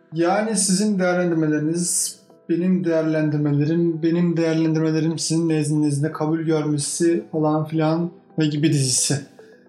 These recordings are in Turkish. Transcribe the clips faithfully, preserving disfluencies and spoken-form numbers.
Yani sizin değerlendirmeleriniz, benim değerlendirmelerim, benim değerlendirmelerim sizin nezdinizde kabul görmesi falan filan ve gibi dizisi.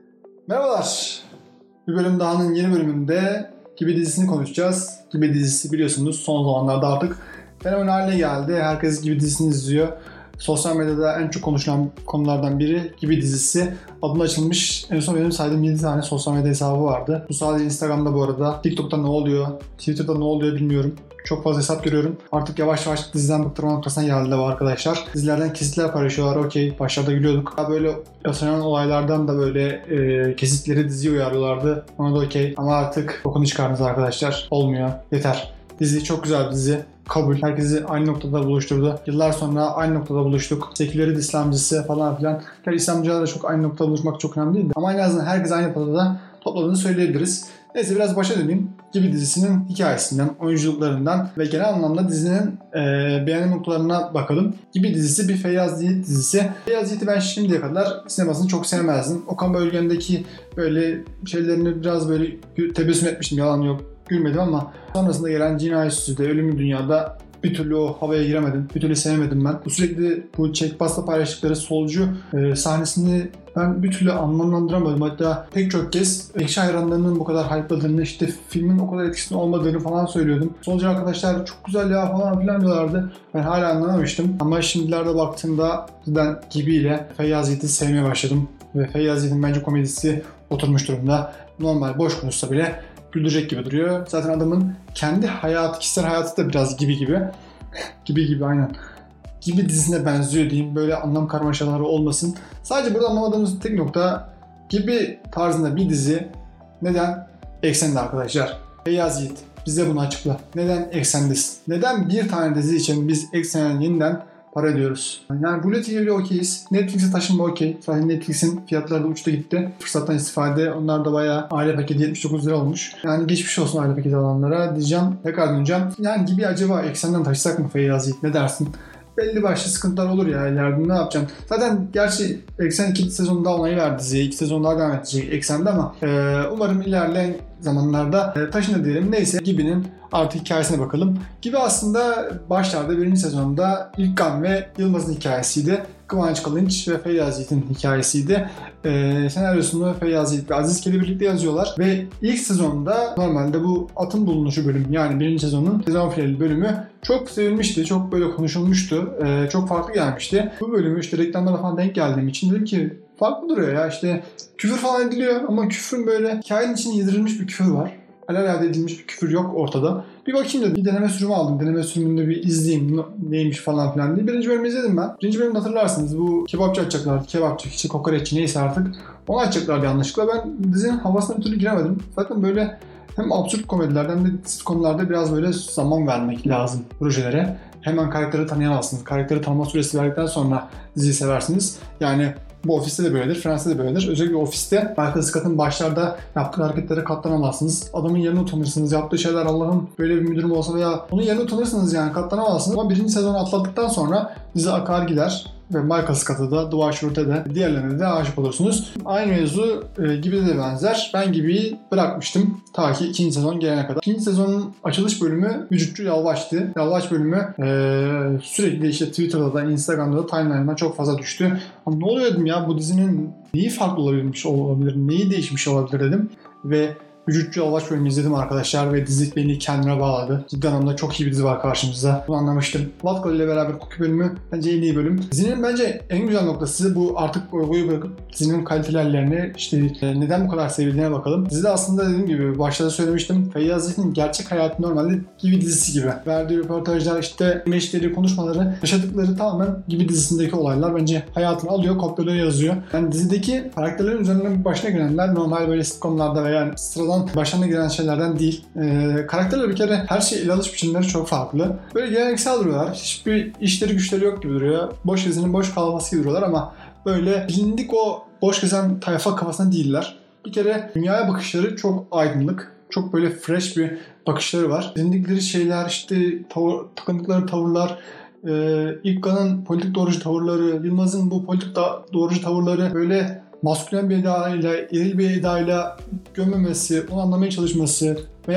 Merhabalar. Bir bölüm dahanın yeni bölümünde Gibi dizisini konuşacağız. Gibi dizisi biliyorsunuz son zamanlarda artık fenomen haline geldi. Herkes Gibi dizisini izliyor. Sosyal medyada en çok konuşulan konulardan biri Gibi dizisi. Adına açılmış en son benim saydığım yedi tane sosyal medya hesabı vardı. Bu sadece Instagram'da bu arada. TikTok'ta ne oluyor, Twitter'da ne oluyor bilmiyorum. Çok fazla hesap görüyorum. Artık yavaş yavaş diziden bıktırma noktasına geldi bu arkadaşlar. Dizilerden kesitler paylaşıyorlar. Okey. Başlarda gülüyorduk. Daha böyle yaşanan olaylardan da böyle e, kesitleri diziye uyarlıyorlardı. Ona da okey. Ama artık okunu çıkardınız arkadaşlar. Olmuyor. Yeter. Dizi çok güzel bir dizi. Kabul. Herkesi aynı noktada buluşturdu. Yıllar sonra aynı noktada buluştuk. Sekülerist İslamcısı falan filan. Yani İslamcılarla da çok aynı noktada buluşmak çok önemli değildi. Ama en azından herkes aynı noktada topladığını söyleyebiliriz. Neyse biraz başa döneyim. Gibi dizisinin hikayesinden, oyunculuklarından ve genel anlamda dizinin e, beğeni noktalarına bakalım. Gibi dizisi bir Feyyaz Yiğit dizisi. Feyyaz Yiğit'i ben şimdiye kadar sinemasını çok sevmezdim. Okan Bölgen'deki böyle şeylerini biraz böyle tebessüm etmiştim, yalan yok. Gülmedim ama sonrasında gelen Cinayet Süsü'de, Ölümlü Dünya'da bir türlü o havaya giremedim. Bir türlü sevmedim ben. Bu sürekli bu checkbox'la paylaştıkları solcu e, sahnesini ben bir türlü anlamlandıramadım. Hatta pek çok kez ekşi hayranlarının bu kadar hype'ladığını, işte filmin o kadar etkisinin olmadığını falan söylüyordum. Solcu arkadaşlar çok güzel ya falan filan diyorlardı. Ben hala anlamamıştım. Ama şimdilerde baktığımda cidden Gibi'yle Feyyaz Yiğit'i sevmeye başladım. Ve Feyyaz Yiğit'in bence komedisi oturmuş durumda. Normal boş konuşsa bile güldürecek gibi duruyor. Zaten adamın kendi hayatı, kişisel hayatı da biraz gibi gibi. gibi gibi aynen. Gibi dizisine benziyor diyeyim. Böyle anlam karmaşaları olmasın. Sadece burada anlamadığımız tek nokta Gibi tarzında bir dizi neden eksende arkadaşlar? Feyyaz Yiğit bize bunu açıkla. Neden eksendesin? Neden bir tane dizi için biz eksenden yeniden para ediyoruz? Yani Blue T V'de okeyiz. Netflix'e taşınma okey. Zaten Netflix'in fiyatları da uçta gitti. Fırsattan istifade. Onlar da bayağı aile paketi yetmiş dokuz lira olmuş. Yani geçmiş olsun aile paketi alanlara diyeceğim. Tekrar döneceğim. Yani Gibi acaba eksenden taşısak mı Feyyaz Yiğit? Ne dersin? Belli başlı sıkıntılar olur ya ileride, ne yapacağım? Zaten gerçi Eksen iki sezon daha onayı verdi diziye. iki sezon daha devam edecek Eksen'de ama e, umarım ilerleyen zamanlarda e, taşınır diyelim. Neyse Gibi'nin artık hikayesine bakalım. Gibi aslında başlarda birinci sezonda İlkan ve Yılmaz'ın hikayesiydi. Kıvanç Kılınç ve Feyyaz Yiğit'in hikayesiydi. Ee, senaryosunu Feyyaz Yiğit ve Aziz Kedi birlikte yazıyorlar. Ve ilk sezonda normalde bu atın bulunuşu bölüm, yani birinci sezonun sezon finali bölümü çok sevilmişti. Çok böyle konuşulmuştu. Ee, çok farklı gelmişti. Bu bölümü işte reklamlara falan denk geldiğim için dedim ki farklı duruyor ya, işte küfür falan ediliyor ama küfrün böyle hikayenin içine yedirilmiş bir küfür var. Alelade edilmiş bir küfür yok ortada. Bir bakayım dedim. Bir deneme sürümü aldım. Deneme sürümünde bir izleyeyim neymiş falan filan diye. Birinci bölümü izledim ben. Birinci bölümde hatırlarsınız. Bu kebapçı açacaklardı. Kebapçı, işte kokoreççi neyse artık. Onu açacaklardı yanlışlıkla. Ben dizinin havasına bir türlü giremedim. Zaten böyle hem absürt komedilerden hem de sitcomlarda biraz böyle zaman vermek lazım projelere. Hemen karakteri tanıyamazsınız. Karakteri tanıma süresi verdikten sonra diziyi seversiniz. Yani bu ofiste de böyledir, Fransa'da da böyledir. Özellikle ofiste Michael Scott'ın başlarda yaptığı hareketlere katlanamazsınız. Adamın yerine utanırsınız. Yaptığı şeyler, Allah'ım böyle bir müdürüm olsa veya onun yerine utanırsınız, yani katlanamazsınız. Ama birinci sezonu atlattıktan sonra dizi akar gider. Ve Michael Scott'a da, Dwight Schrute'e de, diğerlerine de aşık olursunuz. Aynı mevzu e, Gibi'de de benzer. Ben Gibi'yi bırakmıştım ta ki ikinci sezon gelene kadar. İkinci sezonun açılış bölümü Vücutçu Yalvaç'tı. Yalvaç bölümü e, sürekli işte Twitter'da da, Instagram'da da timeline'dan çok fazla düştü. Ama ne oluyor dedim ya, bu dizinin neyi farklı olabilmiş olabilir, neyi değişmiş olabilir dedim. Ve Vücutçu Yalvaç bölümü izledim arkadaşlar ve dizi beni kendine bağladı. Ciddi anlamda çok iyi bir dizi var karşımızda. Bunu anlamıştım. Vatkal ile beraber Cookie bölümü bence en iyi bölüm. Dizinin bence en güzel noktası bu, artık oyunu bırakıp dizinin kalitelerine, işte neden bu kadar sevildiğine bakalım. Dizide aslında dediğim gibi başta da söylemiştim. Feyyaz Yiğit'in gerçek hayatı normalde Gibi dizisi gibi. Verdiği röportajlar, işte meşleri, konuşmaları, yaşadıkları tamamen Gibi dizisindeki olaylar. Bence hayatını alıyor, kopyalıyor, yazıyor. Yani dizideki karakterlerin üzerinden başına gelenler normal böyle sitcomlarda veya sıradan başlarına gelen şeylerden değil. Ee, karakterler bir kere her şey ele alış biçimleri çok farklı. Böyle geleneksel duruyorlar. Hiçbir işleri güçleri yok gibi duruyor. Boş gezinin boş kalması gibi duruyorlar ama böyle bilindik o boş gezen tayfa kafasında değiller. Bir kere dünyaya bakışları çok aydınlık. Çok böyle fresh bir bakışları var. Bilindikleri şeyler, işte tavır, takındıkları tavırlar, e, İlkan'ın politik doğrucu tavırları, Yılmaz'ın bu politik da, doğrucu tavırları böyle maskülen bir edayla, eril bir edayla gömmemesi, onu anlamaya çalışması veya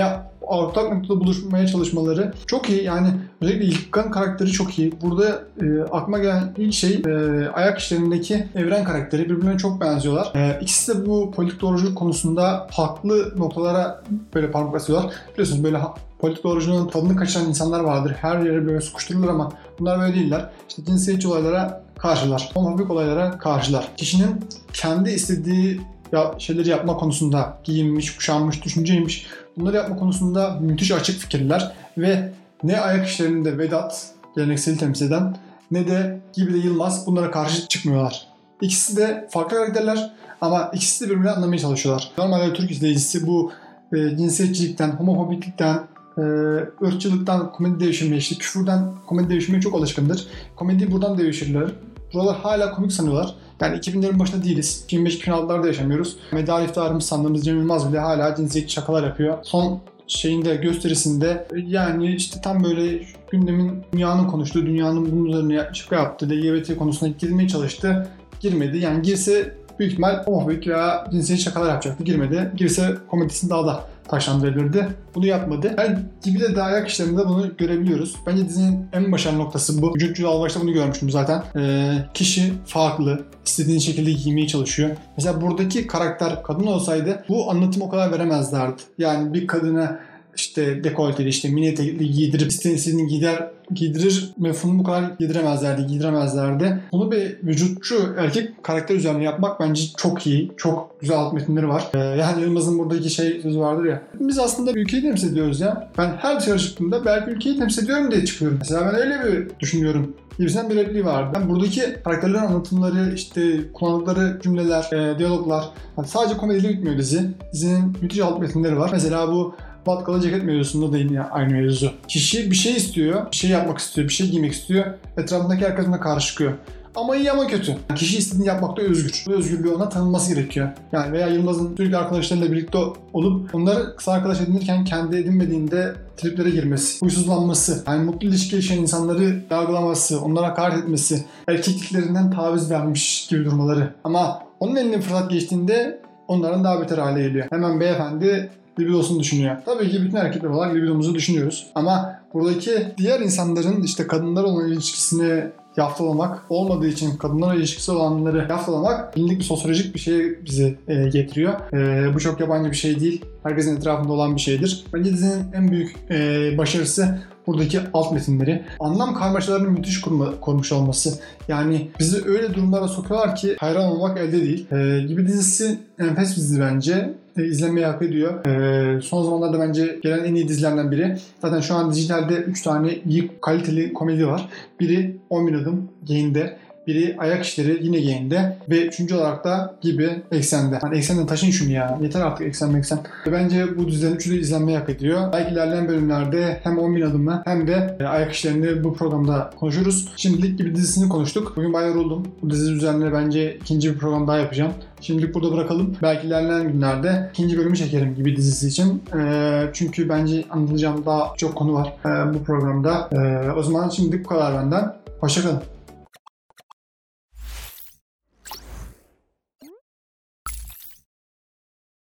ortak noktada buluşmaya çalışmaları çok iyi. Yani özellikle İlkan karakteri çok iyi. Burada e, aklıma gelen ilk şey e, Ayak İşleri'ndeki Evren karakteri. Birbirlerine çok benziyorlar. E, ikisi de bu politik doğruculuk konusunda farklı noktalara böyle parmak basıyorlar. Biliyorsunuz böyle politik doğruculuğun tadını kaçıran insanlar vardır. Her yere böyle sıkıştırılır ama bunlar böyle değiller. İşte cinsiyetçi olaylara karşılar. Homofobik olaylara karşılar. Kişinin kendi istediği ya şeyleri yapma konusunda giyinmiş, kuşanmış, düşünceymiş. Bunları yapma konusunda müthiş açık fikirler ve ne Ayak İşleri'nde Vedat, gelenekseli temsil eden, ne de Gibi de Yılmaz bunlara karşı çıkmıyorlar. İkisi de farklı karakterler ama ikisi de birbirini anlamaya çalışıyorlar. Normalde Türk izleyicisi bu e, cinsiyetçilikten, homofobiklikten, e, ırkçılıktan komedi devşirmeye, işte küfürden komedi devşirmeye çok alışkındır. Komediyi buradan devşirirler. Buralar hala komik sanıyorlar. Yani iki binlerin başında değiliz. iki bin beş iki bin altılarda yaşamıyoruz. Medar iftiharımız sandığımız Cem Yılmaz bile hala cinsiyetçi şakalar yapıyor. Son şeyinde, gösterisinde yani işte tam böyle gündemin, dünyanın konuştuğu, dünyanın bunun üzerine şaka yaptığı, L G B T konusuna girmeye çalıştı. Girmedi. Yani girse büyük ihtimal homofobik veya cinsiyetçi şakalar yapacaktı. Girmedi. Girse komedisini daha da taşlandırabilirdi. Bunu yapmadı. Yani Gibi de Ayak İşleri'nde bunu görebiliyoruz. Bence dizinin en başarılı noktası bu. Vücutçu Albaş'ta bunu görmüştüm zaten. Ee, kişi farklı, istediğin şekilde giymeye çalışıyor. Mesela buradaki karakter kadın olsaydı bu anlatımı o kadar veremezlerdi. Yani bir kadına işte dekolteli, işte mini etekli giydirip istediğini gider, giydirir mefhumunu bu kadar giydiremezlerdi, giydiremezlerdi. Bunu bir vücutçu erkek karakter üzerine yapmak bence çok iyi. Çok güzel alt metinleri var. Ee, yani Yılmaz'ın buradaki şey sözü vardır ya. Biz aslında ülkeyi temsil ediyoruz ya. Ben her dışarı çıktığımda belki ülkeyi temsil ediyorum diye çıkıyorum. Mesela ben öyle bir düşünüyorum. Gibisinden bir repliği vardı. Ben buradaki karakterlerin anlatımları, işte kullandıkları cümleler, e, diyaloglar. Yani sadece komediyle bitmiyor dizi. Dizinin müthiş alt metinleri var. Mesela bu vatkalı ceket mevzusunda da yine aynı mevzu. Kişi bir şey istiyor, bir şey yapmak istiyor, bir şey giymek istiyor. Etrafındaki herkes ona karşı çıkıyor. Ama iyi ama kötü. Kişi istediğini yapmakta özgür. Bu özgürlüğü ona tanınması gerekiyor. Yani veya Yılmaz'ın sürekli arkadaşlarıyla birlikte olup onları kısa arkadaş edinirken kendi edinmediğinde triplere girmesi, huysuzlanması, yani mutlu ilişki yaşayan insanları yargılaması, onlara hakaret etmesi, erkekliklerinden taviz vermiş gibi durmaları. Ama onun eline fırsat geçtiğinde onların daha beter hale geliyor. Hemen beyefendi libidosunu düşünüyor. Tabii ki bütün erkekler olarak libidomuzu düşünüyoruz. Ama buradaki diğer insanların işte kadınlar olan ilişkisini yaftalamak, olmadığı için kadınlarla ilişkisi olanları yaftalamak bilindik bir sosyolojik bir şey bizi e, getiriyor. E, bu çok yabancı bir şey değil. Herkesin etrafında olan bir şeydir. Bence dizinin en büyük e, başarısı buradaki alt metinleri. Anlam karmaşalarını müthiş kurma, kurmuş olması. Yani bizi öyle durumlara sokuyorlar ki hayran olmak elde değil. E, Gibi dizisi enfes bir dizi bence. E, izlenmeyi hak ediyor. E, son zamanlarda bence gelen en iyi dizilerden biri. Zaten şu an dijitalde üç tane iyi kaliteli komedi var. Biri on bin adım Gain'de. Biri Ayak İşleri yine Gain'de. Ve üçüncü olarak da Gibi Eksen'de. Hani Eksen'den taşın şunu ya. Yeter artık Eksen Eksen. Bence bu dizilerin üçü de izlenmeyi hak ediyor. Belki ilerleyen bölümlerde hem on bin adımla hem de Ayak İşleri'ni bu programda konuşuruz. Şimdilik Gibi dizisini konuştuk. Bugün bayağı yoruldum. Bu dizi üzerine bence ikinci bir program daha yapacağım. Şimdilik burada bırakalım. Belki ilerleyen günlerde ikinci bölümü çekerim Gibi dizisi için. E, çünkü bence anlatacağım daha çok konu var e, bu programda. E, o zaman şimdilik bu kadar benden. Hoşça kalın.